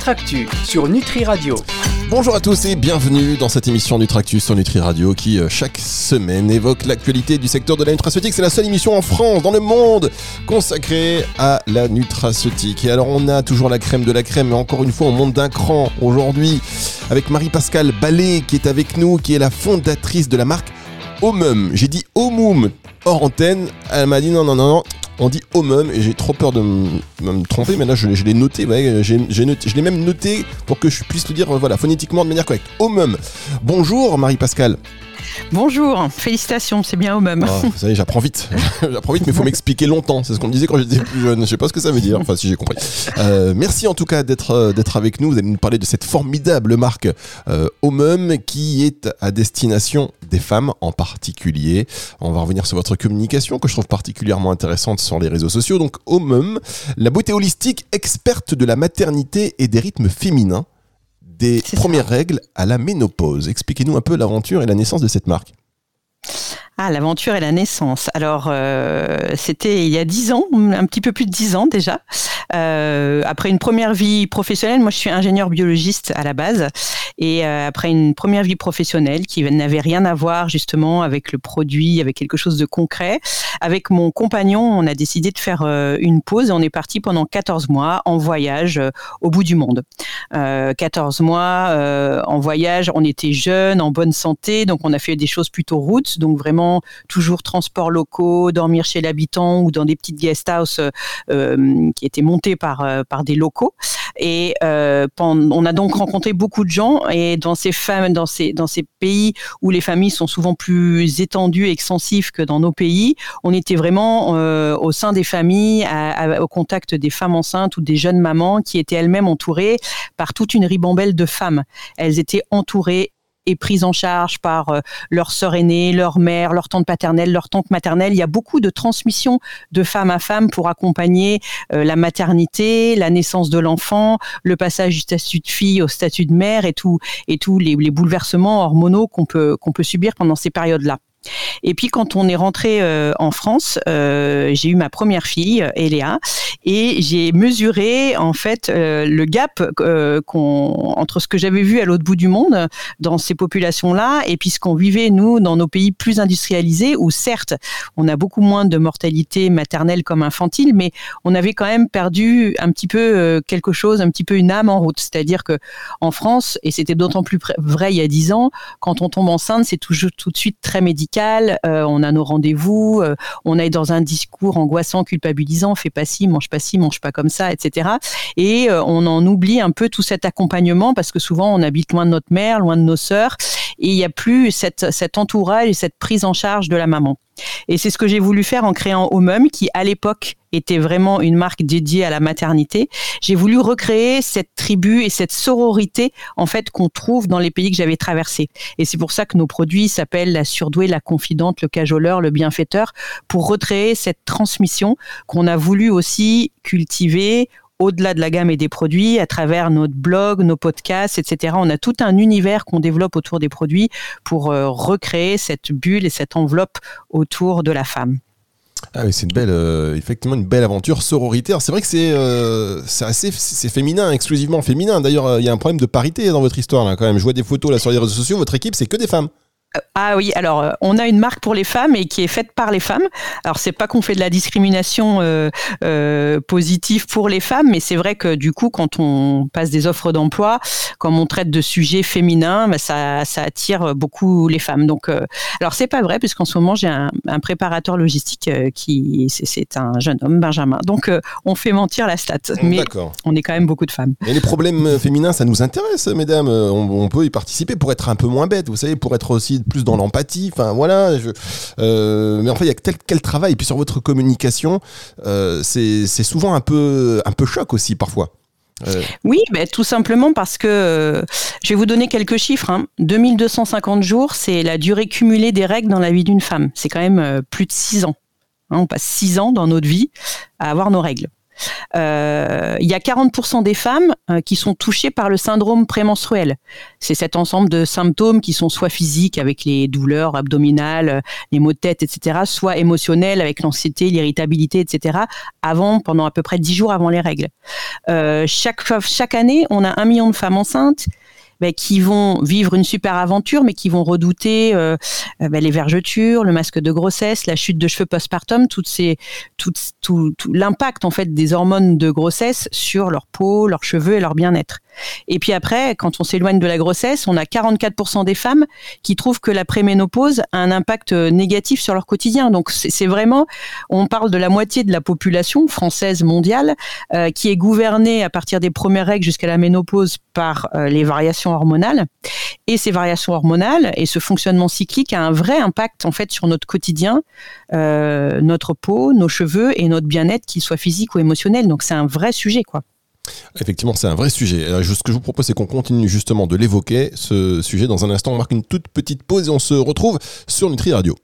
Nutractu sur Nutri Radio. Bonjour à tous et bienvenue dans cette émission Nutractu sur Nutri Radio qui chaque semaine évoque l'actualité du secteur de la nutraceutique. C'est la seule émission en France, dans le monde, consacrée à la nutraceutique. Et alors on a toujours la crème de la crème, mais encore une fois on monte d'un cran aujourd'hui avec Marie-Pascale Ballet qui est avec nous, qui est la fondatrice de la marque Omum. J'ai dit Omum hors antenne, elle m'a dit non. On dit Omum et j'ai trop peur de me tromper, mais là je l'ai noté, ouais, je l'ai même noté pour que je puisse le dire phonétiquement de manière correcte. Omum. Bonjour Marie-Pascale. Bonjour, félicitations, c'est bien Omum. Oh, vous savez, j'apprends vite, mais il faut m'expliquer longtemps. C'est ce qu'on me disait quand j'étais plus jeune. Je sais pas ce que ça veut dire, enfin si j'ai compris. Merci en tout cas d'être avec nous. Vous allez nous parler de cette formidable marque Omum qui est à destination des femmes en particulier. On va revenir sur votre communication que je trouve particulièrement intéressante sur les réseaux sociaux. Donc Omum, la beauté holistique experte de la maternité et des rythmes féminins. Des premières règles à la ménopause. Expliquez-nous un peu l'aventure et la naissance de cette marque. Ah, l'aventure et la naissance. Alors, c'était il y a 10 ans, un petit peu plus de 10 ans déjà. Après une première vie professionnelle, moi je suis ingénieur biologiste à la base, et après une première vie professionnelle qui n'avait rien à voir justement avec le produit, avec quelque chose de concret, avec mon compagnon, on a décidé de faire une pause et on est parti pendant 14 mois en voyage au bout du monde. 14 mois en voyage, on était jeunes, en bonne santé, donc on a fait des choses plutôt routes, donc vraiment toujours transports locaux, dormir chez l'habitant ou dans des petites guest house qui étaient montées par des locaux. Et on a donc rencontré beaucoup de gens, et dans ces pays où les familles sont souvent plus étendues et extensives que dans nos pays, on était vraiment au sein des familles, au contact des femmes enceintes ou des jeunes mamans qui étaient elles-mêmes entourées par toute une ribambelle de femmes. Elles étaient entourées et prises en charge par leur sœur aînée, leur mère, leur tante paternelle, leur tante maternelle. Il y a beaucoup de transmission de femme à femme pour accompagner la maternité, la naissance de l'enfant, le passage du statut de fille au statut de mère et tous les bouleversements hormonaux qu'on peut subir pendant ces périodes-là. Et puis quand on est rentré en France, j'ai eu ma première fille, Eléa, et j'ai mesuré en fait le gap entre ce que j'avais vu à l'autre bout du monde dans ces populations-là et puis ce qu'on vivait nous dans nos pays plus industrialisés où certes on a beaucoup moins de mortalité maternelle comme infantile, mais on avait quand même perdu un petit peu quelque chose, un petit peu une âme en route. C'est-à-dire que en France, et c'était d'autant plus vrai il y a 10 ans, quand on tombe enceinte, c'est toujours tout de suite très médical. On a nos rendez-vous, on est dans un discours angoissant, culpabilisant, fais pas ci, mange pas comme ça, etc. Et on en oublie un peu tout cet accompagnement parce que souvent on habite loin de notre mère, loin de nos sœurs, et il n'y a plus cet entourage et cette prise en charge de la maman. Et c'est ce que j'ai voulu faire en créant Omum, qui à l'époque était vraiment une marque dédiée à la maternité. J'ai voulu recréer cette tribu et cette sororité en fait qu'on trouve dans les pays que j'avais traversés. Et c'est pour ça que nos produits s'appellent la surdouée, la confidente, le cajoleur, le bienfaiteur, pour recréer cette transmission qu'on a voulu aussi cultiver au-delà de la gamme et des produits, à travers notre blog, nos podcasts, etc. On a tout un univers qu'on développe autour des produits pour recréer cette bulle et cette enveloppe autour de la femme. Ah oui, c'est effectivement une belle aventure sororité. Alors c'est vrai que c'est féminin, exclusivement féminin. D'ailleurs, il y a un problème de parité dans votre histoire là quand même. Je vois des photos là sur les réseaux sociaux. Votre équipe, c'est que des femmes. Ah oui, alors on a une marque pour les femmes et qui est faite par les femmes. Alors c'est pas qu'on fait de la discrimination positive pour les femmes, mais c'est vrai que du coup quand on passe des offres d'emploi, comme on traite de sujets féminins, ça attire beaucoup les femmes. Donc alors c'est pas vrai puisqu'en ce moment j'ai un préparateur logistique c'est un jeune homme, Benjamin. Donc on fait mentir la stat, mais D'accord. On est quand même beaucoup de femmes. Et les problèmes féminins, ça nous intéresse, mesdames. On peut y participer pour être un peu moins bête, vous savez, pour être aussi plus dans l'empathie, enfin voilà, mais en fait il y a quel travail, et puis sur votre communication, c'est souvent un peu choc aussi parfois. Oui, tout simplement parce que je vais vous donner quelques chiffres. 2250 jours, c'est la durée cumulée des règles dans la vie d'une femme. C'est quand même plus de 6 ans. On passe 6 ans dans notre vie à avoir nos règles. il y a 40% des femmes qui sont touchées par le syndrome prémenstruel. C'est cet ensemble de symptômes qui sont soit physiques avec les douleurs abdominales, les maux de tête, etc., soit émotionnels avec l'anxiété, l'irritabilité, etc., pendant à peu près 10 jours avant les règles. Chaque année, on a 1 million de femmes enceintes qui vont vivre une super aventure, mais qui vont redouter les vergetures, le masque de grossesse, la chute de cheveux postpartum, tout l'impact en fait des hormones de grossesse sur leur peau, leurs cheveux et leur bien-être. Et puis après, quand on s'éloigne de la grossesse, on a 44% des femmes qui trouvent que la préménopause a un impact négatif sur leur quotidien. Donc c'est vraiment, on parle de la moitié de la population française mondiale qui est gouvernée à partir des premières règles jusqu'à la ménopause par les variations hormonales. Et ces variations hormonales et ce fonctionnement cyclique a un vrai impact en fait sur notre quotidien, notre peau, nos cheveux et notre bien-être, qu'il soit physique ou émotionnel. Donc c'est un vrai sujet, quoi. Effectivement, c'est un vrai sujet. Ce que je vous propose, c'est qu'on continue justement de l'évoquer, ce sujet. Dans un instant, on marque une toute petite pause et on se retrouve sur Nutri Radio.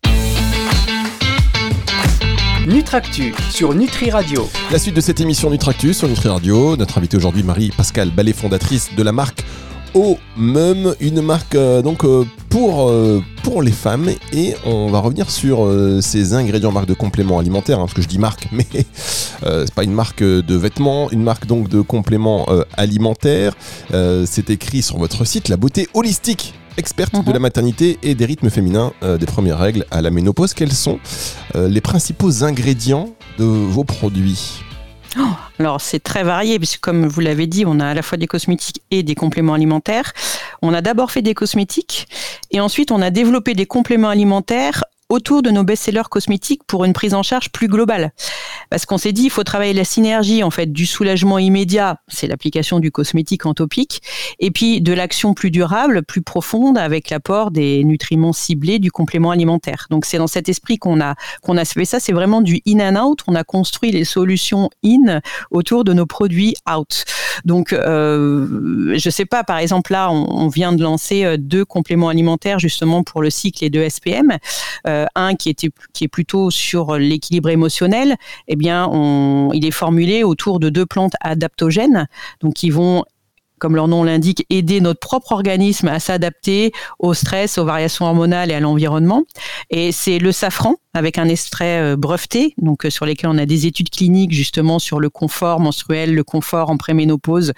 Nutractu sur Nutri Radio. La suite de cette émission Nutractu sur Nutri Radio. Notre invitée aujourd'hui, Marie-Pascale Ballet, fondatrice de la marque Omum, une marque pour les femmes, et on va revenir sur ces ingrédients, marque de compléments alimentaires, parce que je dis marque, mais c'est pas une marque de vêtements, une marque donc de compléments alimentaires. C'est écrit sur votre site, la beauté holistique, experte de la maternité et des rythmes féminins, des premières règles à la ménopause. Quels sont les principaux ingrédients de vos produits ? Alors c'est très varié puisque comme vous l'avez dit, on a à la fois des cosmétiques et des compléments alimentaires. On a d'abord fait des cosmétiques et ensuite on a développé des compléments alimentaires autour de nos best-sellers cosmétiques pour une prise en charge plus globale. Parce qu'on s'est dit, il faut travailler la synergie en fait du soulagement immédiat, c'est l'application du cosmétique en topique, et puis de l'action plus durable, plus profonde avec l'apport des nutriments ciblés du complément alimentaire. Donc c'est dans cet esprit qu'on a fait ça, c'est vraiment du in and out, on a construit les solutions in autour de nos produits out. Donc je sais pas, par exemple là, on vient de lancer 2 compléments alimentaires justement pour le cycle et 2 SPM. Un qui est plutôt sur l'équilibre émotionnel, eh bien, il est formulé autour de 2 plantes adaptogènes, donc qui vont, comme leur nom l'indique, aider notre propre organisme à s'adapter au stress, aux variations hormonales et à l'environnement. Et c'est le safran, avec un extrait breveté, donc sur lesquels on a des études cliniques justement sur le confort menstruel, le confort en préménopause,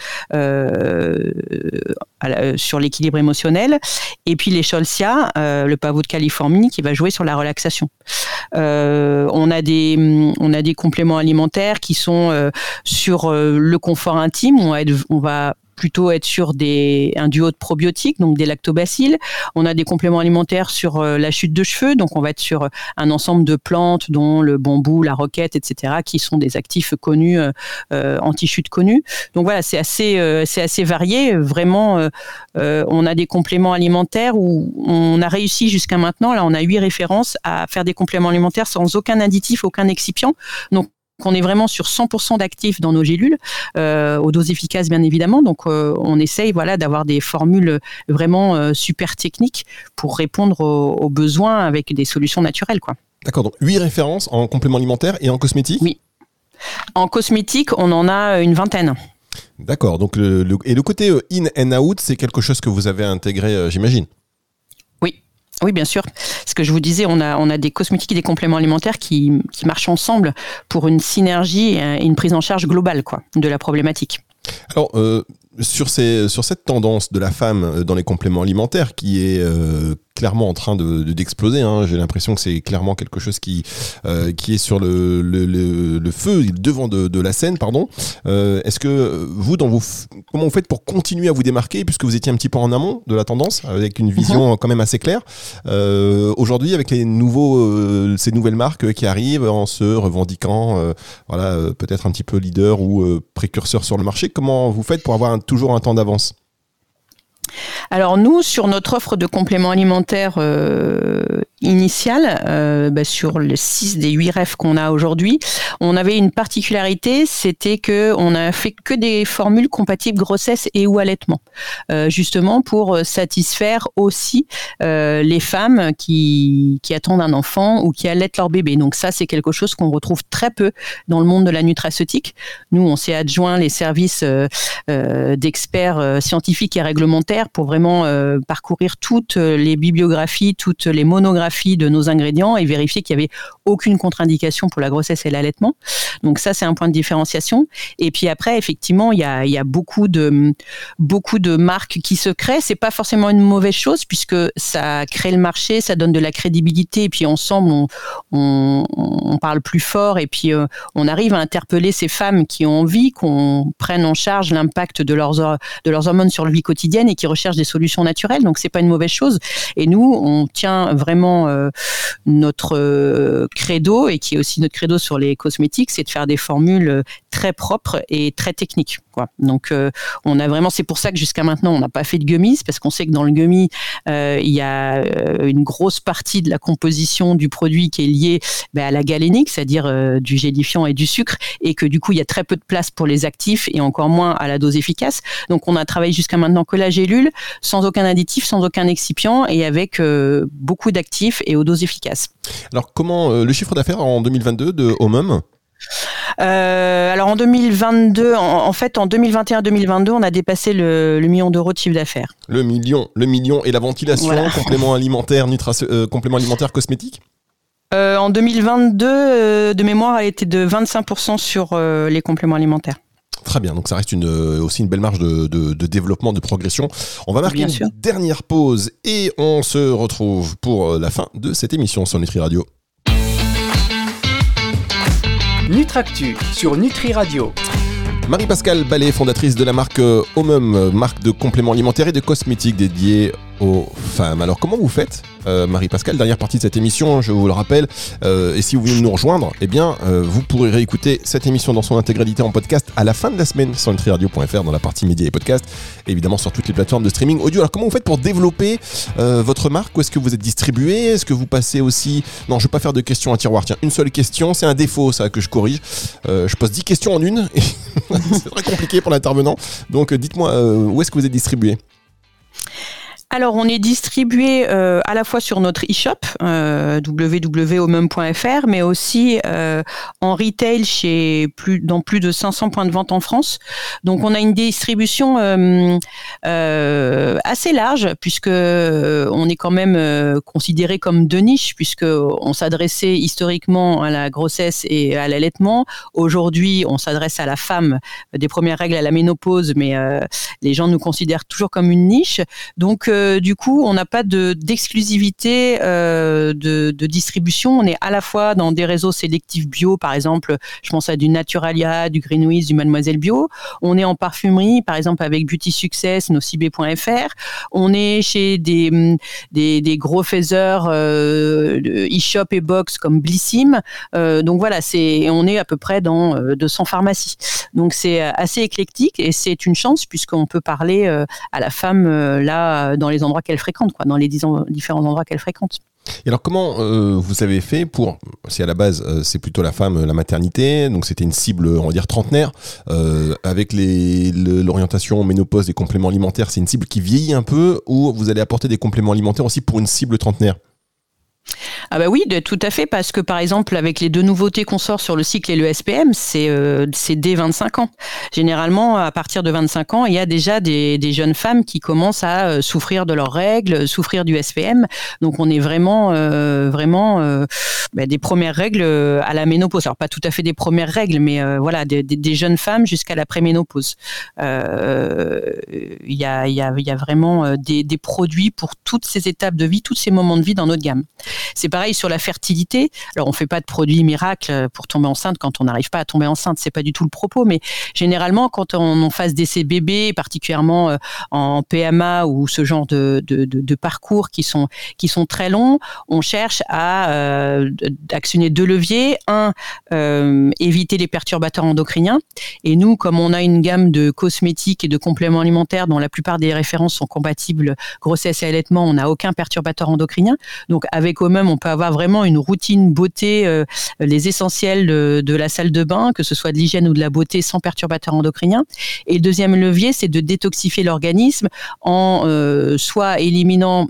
sur l'équilibre émotionnel. Et puis l'écholcia, le pavot de Californie, qui va jouer sur la relaxation. On a des compléments alimentaires qui sont sur le confort intime. On va plutôt être sur un duo de probiotiques, donc des lactobacilles. On a des compléments alimentaires sur la chute de cheveux, donc on va être sur un ensemble de plantes, dont le bambou, la roquette, etc., qui sont des actifs connus, anti-chute connus. Donc voilà, c'est assez varié. Vraiment, on a des compléments alimentaires où on a réussi jusqu'à maintenant, là on a 8 références à faire des compléments alimentaires sans aucun additif, aucun excipient. Donc on est vraiment sur 100% d'actifs dans nos gélules, aux doses efficaces bien évidemment. Donc on essaye d'avoir des formules vraiment super techniques pour répondre aux besoins avec des solutions naturelles, quoi. D'accord, donc 8 références en compléments alimentaires et en cosmétique ? Oui. En cosmétique, on en a une 20aine. D'accord, donc et le côté in and out, c'est quelque chose que vous avez intégré, j'imagine ? Oui, bien sûr. Ce que je vous disais, on a des cosmétiques et des compléments alimentaires qui marchent ensemble pour une synergie et une prise en charge globale, quoi, de la problématique. Alors, sur cette tendance de la femme dans les compléments alimentaires qui est clairement en train d'exploser, hein, j'ai l'impression que c'est clairement quelque chose qui est sur le feu, le devant de la scène, pardon. Est-ce que vous, comment vous faites pour continuer à vous démarquer, puisque vous étiez un petit peu en amont de la tendance, avec une vision quand même assez claire. Aujourd'hui, avec ces nouvelles marques qui arrivent en se revendiquant, peut-être un petit peu leader ou précurseur sur le marché, comment vous faites pour avoir toujours un temps d'avance ? Alors nous, sur notre offre de compléments alimentaires initiale, sur les 6 des 8 REF qu'on a aujourd'hui, on avait une particularité, c'était qu'on a fait que des formules compatibles grossesse et ou allaitement, justement pour satisfaire aussi les femmes qui attendent un enfant ou qui allaitent leur bébé. Donc ça, c'est quelque chose qu'on retrouve très peu dans le monde de la nutraceutique. Nous, on s'est adjoint les services d'experts scientifiques et réglementaires pour vraiment parcourir toutes les bibliographies, toutes les monographies de nos ingrédients et vérifier qu'il n'y avait aucune contre-indication pour la grossesse et l'allaitement. Donc ça, c'est un point de différenciation. Et puis après, effectivement, il y a beaucoup de marques qui se créent. C'est pas forcément une mauvaise chose puisque ça crée le marché, ça donne de la crédibilité et puis ensemble, on parle plus fort et puis on arrive à interpeller ces femmes qui ont envie qu'on prenne en charge l'impact de leurs hormones sur leur vie quotidienne et qui recherchent des solutions naturelles. Donc c'est pas une mauvaise chose. Et nous, on tient vraiment notre credo et qui est aussi notre credo sur les cosmétiques, c'est de faire des formules très propres et très techniques, quoi. Donc on a vraiment, c'est pour ça que jusqu'à maintenant on n'a pas fait de gummies parce qu'on sait que dans le gummy il y a une grosse partie de la composition du produit qui est liée à la galénique, c'est-à-dire du gélifiant et du sucre, et que du coup il y a très peu de place pour les actifs et encore moins à la dose efficace. Donc on a travaillé jusqu'à maintenant que la gélule, sans aucun additif, sans aucun excipient et avec beaucoup d'actifs et aux doses efficaces. Alors comment le chiffre d'affaires en 2022 de Homum? Alors en 2022, en fait en 2021-2022, on a dépassé le million d'euros de chiffre d'affaires. Le million et la ventilation, voilà. Complément alimentaire cosmétique. En 2022, de mémoire, elle était de 25% sur les compléments alimentaires. Très bien, donc ça reste aussi une belle marge de développement, de progression. On va marquer une dernière pause et on se retrouve pour la fin de cette émission sur Nutri Radio. Nutractu sur Nutri Radio. Marie-Pascale Ballet, fondatrice de la marque Homum, marque de compléments alimentaires et de cosmétiques dédiés aux femmes. Alors comment vous faites, Marie-Pascale, dernière partie de cette émission, je vous le rappelle, et si vous voulez nous rejoindre, eh bien vous pourrez réécouter cette émission dans son intégralité en podcast à la fin de la semaine sur nutriradio.fr dans la partie médias et podcasts, et évidemment sur toutes les plateformes de streaming audio. Alors comment vous faites pour développer votre marque? Où est-ce que vous êtes distribué? Est-ce que vous passez aussi... Non, je ne vais pas faire de questions à tiroir, tiens, une seule question, c'est un défaut ça que je corrige. Je pose 10 questions en une et c'est très compliqué pour l'intervenant, donc dites-moi où est-ce que vous êtes distribué? Alors, on est distribué à la fois sur notre e-shop, www.homum.fr, mais aussi en retail dans plus de 500 points de vente en France. Donc, on a une distribution assez large, puisque on est quand même considéré comme de niche, puisque on s'adressait historiquement à la grossesse et à l'allaitement. Aujourd'hui, on s'adresse à la femme des premières règles à la ménopause, mais les gens nous considèrent toujours comme une niche. Donc, du coup, on n'a pas d'exclusivité de distribution. On est à la fois dans des réseaux sélectifs bio, par exemple, je pense à du Naturalia, du Greenwiz, du Mademoiselle Bio. On est en parfumerie, par exemple, avec Beauty Success, nocibé.fr. On est chez des gros faiseurs e-shop et box comme Blissim. Donc voilà, on est à peu près dans 200 pharmacies. Donc c'est assez éclectique et c'est une chance puisqu'on peut parler à la femme là dans les endroits qu'elle fréquente, quoi, dans les différents endroits qu'elle fréquente. Et alors comment vous avez fait pour, si à la base c'est plutôt la femme, la maternité, donc c'était une cible on va dire trentenaire, avec l'orientation ménopause des compléments alimentaires, c'est une cible qui vieillit un peu, ou vous allez apporter des compléments alimentaires aussi pour une cible trentenaire? Ah bah oui, tout à fait, parce que par exemple avec les 2 nouveautés qu'on sort sur le cycle et le SPM, c'est dès 25 ans. Généralement, à partir de 25 ans, il y a déjà des jeunes femmes qui commencent à souffrir de leurs règles, souffrir du SPM. Donc on est vraiment des premières règles à la ménopause. Alors pas tout à fait des premières règles, mais voilà, des jeunes femmes jusqu'à la préménopause. Il y a vraiment des produits pour toutes ces étapes de vie, tous ces moments de vie dans notre gamme. C'est pareil sur la fertilité. Alors on fait pas de produits miracles pour tomber enceinte quand on n'arrive pas à tomber enceinte, c'est pas du tout le propos, mais généralement quand on phase d'essai bébé, particulièrement en PMA ou ce genre de parcours qui sont très longs, on cherche à actionner 2 leviers. Un, éviter les perturbateurs endocriniens. Et nous, comme on a une gamme de cosmétiques et de compléments alimentaires dont la plupart des références sont compatibles grossesse et allaitement, on n'a aucun perturbateur endocrinien. Donc avec eux-mêmes, on peut avoir vraiment une routine beauté, les essentiels de la salle de bain, que ce soit de l'hygiène ou de la beauté sans perturbateur endocrinien. Et le deuxième levier, c'est de détoxifier l'organisme en soit éliminant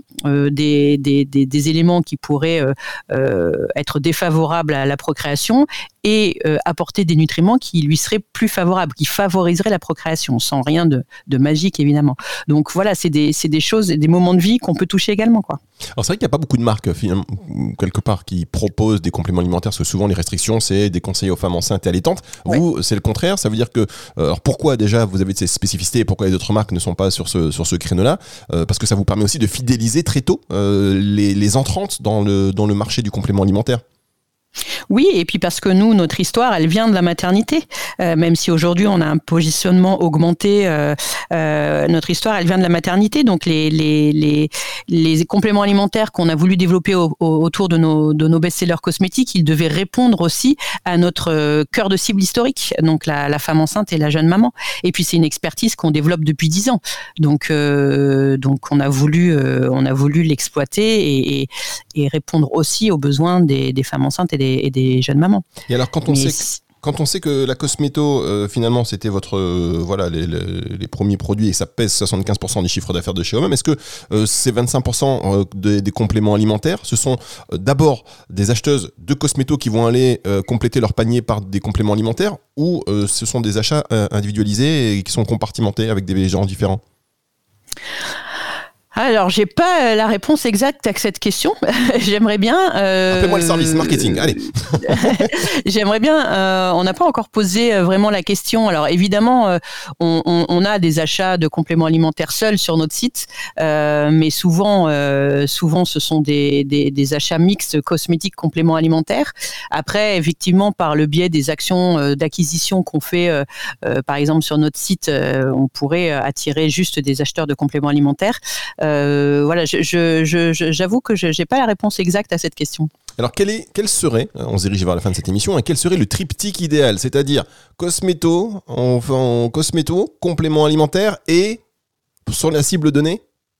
des éléments qui pourraient être défavorables à la procréation et apporter des nutriments qui lui seraient plus favorables, qui favoriseraient la procréation, sans rien de magique évidemment. Donc voilà, c'est des choses, des moments de vie qu'on peut toucher également, quoi. Alors c'est vrai qu'il n'y a pas beaucoup de marques finalement, quelque part qui proposent des compléments alimentaires, parce que souvent les restrictions c'est déconseillé aux femmes enceintes et allaitantes. Ouais. Vous, c'est le contraire, ça veut dire que alors pourquoi déjà vous avez ces spécificités et pourquoi les autres marques ne sont pas sur ce créneau-là, parce que ça vous permet aussi de fidéliser très tôt les entrantes dans le marché du complément alimentaire. Oui, et puis parce que nous, notre histoire, elle vient de la maternité. Même si aujourd'hui, on a un positionnement augmenté, notre histoire, elle vient de la maternité. Donc, les compléments alimentaires qu'on a voulu développer autour de nos best-sellers cosmétiques, ils devaient répondre aussi à notre cœur de cible historique, donc la femme enceinte et la jeune maman. Et puis, c'est une expertise qu'on développe depuis 10 ans. Donc on a voulu l'exploiter et répondre aussi aux besoins des femmes enceintes et des jeunes mamans. Et alors quand on sait que la cosméto finalement c'était votre les premiers produits et ça pèse 75% du chiffre d'affaires de chez eux-mêmes, est-ce que ces 25% des compléments alimentaires, ce sont d'abord des acheteuses de cosméto qui vont aller compléter leur panier par des compléments alimentaires, ou ce sont des achats individualisés et qui sont compartimentés avec des gens différents? Alors, j'ai pas la réponse exacte à cette question. J'aimerais bien. Appelez-moi le service marketing. Allez. J'aimerais bien. On n'a pas encore posé vraiment la question. Alors, évidemment, on a des achats de compléments alimentaires seuls sur notre site, mais souvent, ce sont des achats mixtes cosmétiques compléments alimentaires. Après, effectivement, par le biais des actions d'acquisition qu'on fait, par exemple sur notre site, on pourrait attirer juste des acheteurs de compléments alimentaires. Voilà, j'avoue que je n'ai pas la réponse exacte à cette question. Alors, quel serait, on se dirige vers la fin de cette émission, quel serait le triptyque idéal? C'est-à-dire cosméto, complément alimentaire et sur la cible donnée?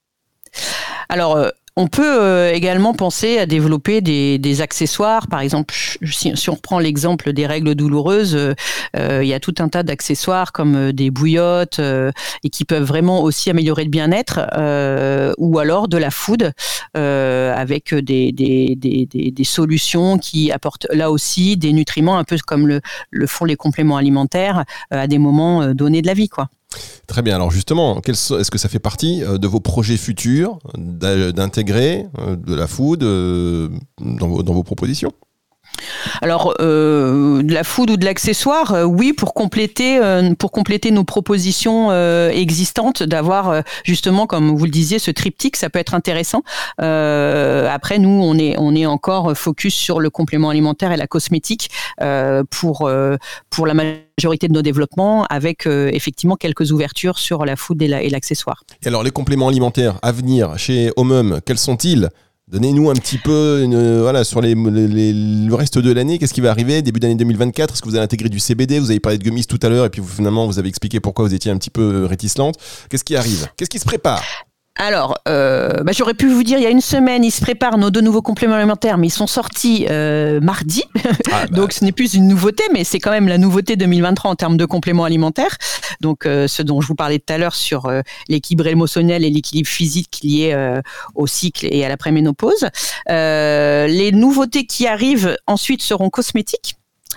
Alors, on peut également penser à développer des accessoires. Par exemple, si on reprend l'exemple des règles douloureuses, il y a tout un tas d'accessoires comme des bouillottes et qui peuvent vraiment aussi améliorer le bien-être, ou alors de la food avec des solutions qui apportent là aussi des nutriments, un peu comme le font les compléments alimentaires à des moments donnés de la vie, quoi. Très bien. Alors justement, est-ce que ça fait partie de vos projets futurs d'intégrer de la food dans vos propositions ? Alors, de la food ou de l'accessoire, oui, pour compléter nos propositions existantes, d'avoir justement, comme vous le disiez, ce triptyque, ça peut être intéressant. Après, nous, on est encore focus sur le complément alimentaire et la cosmétique pour la majorité de nos développements, avec effectivement quelques ouvertures sur la food et l'accessoire. Et alors, les compléments alimentaires à venir chez Homem, quels sont-ils ? Donnez-nous un petit peu sur le reste de l'année, qu'est-ce qui va arriver début d'année 2024? Est-ce que vous allez intégrer du CBD? Vous avez parlé de gummies tout à l'heure et puis finalement vous avez expliqué pourquoi vous étiez un petit peu réticente. Qu'est-ce qui arrive? Qu'est-ce qui se prépare? Alors, j'aurais pu vous dire, il y a une semaine, ils se préparent nos 2 nouveaux compléments alimentaires, mais ils sont sortis mardi. Donc, ce n'est plus une nouveauté, mais c'est quand même la nouveauté 2023 en termes de compléments alimentaires. Donc, ce dont je vous parlais tout à l'heure sur l'équilibre émotionnel et l'équilibre physique lié au cycle et à la préménopause. Les nouveautés qui arrivent ensuite seront cosmétiques.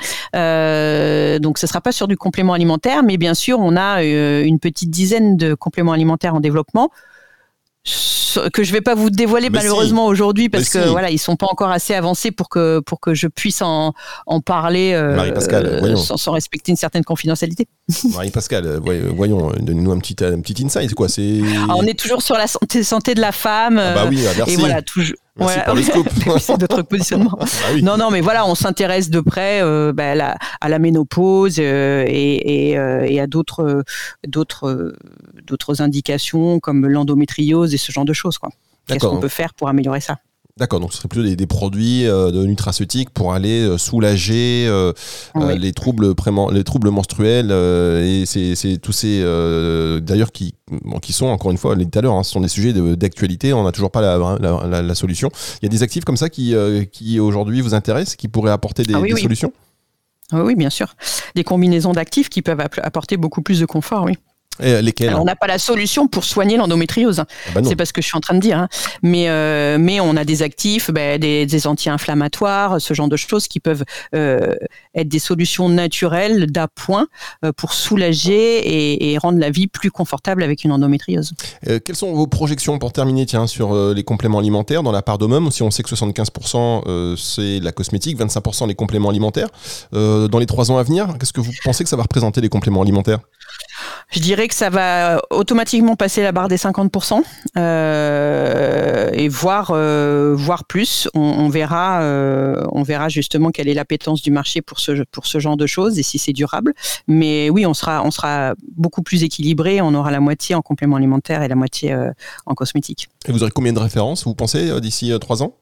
Donc ce sera pas sur du complément alimentaire, mais bien sûr, on a une petite dizaine de compléments alimentaires en développement, que je vais pas vous dévoiler malheureusement aujourd'hui parce que voilà, ils sont pas encore assez avancés pour que je puisse en parler sans respecter une certaine confidentialité. Marie-Pascale, voyons, donnez-nous un petit insight, quoi. Alors, on est toujours sur la santé de la femme. Oui, merci. Et voilà, Merci pour le scoop. C'est d'autres positionnements. Oui. Non, mais voilà, on s'intéresse de près à la ménopause et à d'autres indications comme l'endométriose et ce genre de choses, quoi. Qu'est-ce qu'on peut faire pour améliorer ça? D'accord, donc ce serait plutôt des produits de nutraceutiques pour aller soulager les troubles menstruels et c'est tous ces d'ailleurs qui sont encore une fois, on l'a dit tout à l'heure, ce sont des sujets d'actualité, on n'a toujours pas la solution. Il y a des actifs comme ça qui aujourd'hui vous intéressent, qui pourraient apporter des solutions? Oui, bien sûr. Des combinaisons d'actifs qui peuvent apporter beaucoup plus de confort, oui. Et lesquels? Alors, on n'a pas la solution pour soigner l'endométriose. C'est pas ce que je suis en train de dire. Hein. Mais on a des actifs, des anti-inflammatoires, ce genre de choses qui peuvent être des solutions naturelles d'appoint pour soulager et rendre la vie plus confortable avec une endométriose. Quelles sont vos projections pour terminer sur les compléments alimentaires dans la part d'Omum? Si on sait que 75% c'est la cosmétique, 25% les compléments alimentaires. Dans les 3 ans à venir, qu'est-ce que vous pensez que ça va représenter les compléments alimentaires? Je dirais que ça va automatiquement passer la barre des 50% et voire plus. On verra justement quelle est l'appétence du marché pour ce genre de choses et si c'est durable. Mais oui, on sera beaucoup plus équilibré. On aura la moitié en complément alimentaire et la moitié en cosmétique. Et vous aurez combien de références, vous pensez, d'ici 3 ans?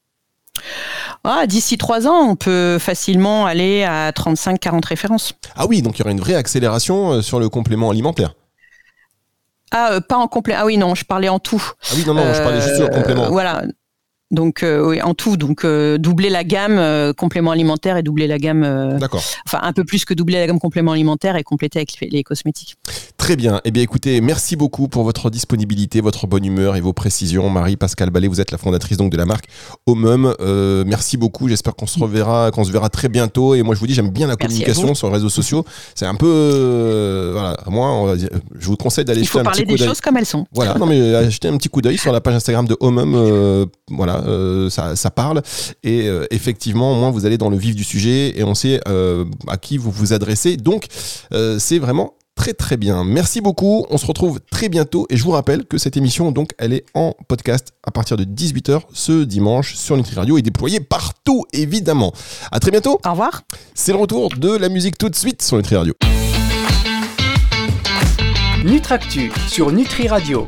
D'ici 3 ans, on peut facilement aller à 35-40 références. Ah oui, donc il y aura une vraie accélération sur le complément alimentaire. Pas en complément. Ah oui, non, je parlais en tout. Ah oui, non, je parlais juste sur le complément. Voilà. Donc oui, en tout, doubler la gamme complément alimentaire et doubler la gamme. D'accord. Enfin, un peu plus que doubler la gamme complément alimentaire et compléter avec les cosmétiques. Très bien. Eh bien, écoutez, merci beaucoup pour votre disponibilité, votre bonne humeur et vos précisions. Marie-Pascale Ballet, vous êtes la fondatrice donc de la marque Omum. Merci beaucoup. J'espère qu'on se verra très bientôt. Et moi, je vous dis, j'aime bien la communication sur les réseaux sociaux. C'est un peu, voilà. Moi, je vous conseille d'aller jeter un petit coup d'œil. Il faut parler des choses comme elles sont. Voilà. Non, mais jeter un petit coup d'œil sur la page Instagram de Omum. Voilà. Ça parle et effectivement, au moins vous allez dans le vif du sujet et on sait à qui vous vous adressez. Donc, c'est vraiment très très bien. Merci beaucoup. On se retrouve très bientôt et je vous rappelle que cette émission, donc, elle est en podcast à partir de 18h ce dimanche sur Nutri Radio et déployée partout, évidemment. À très bientôt. Au revoir. C'est le retour de la musique tout de suite sur Nutri Radio. Nutractu sur Nutri Radio.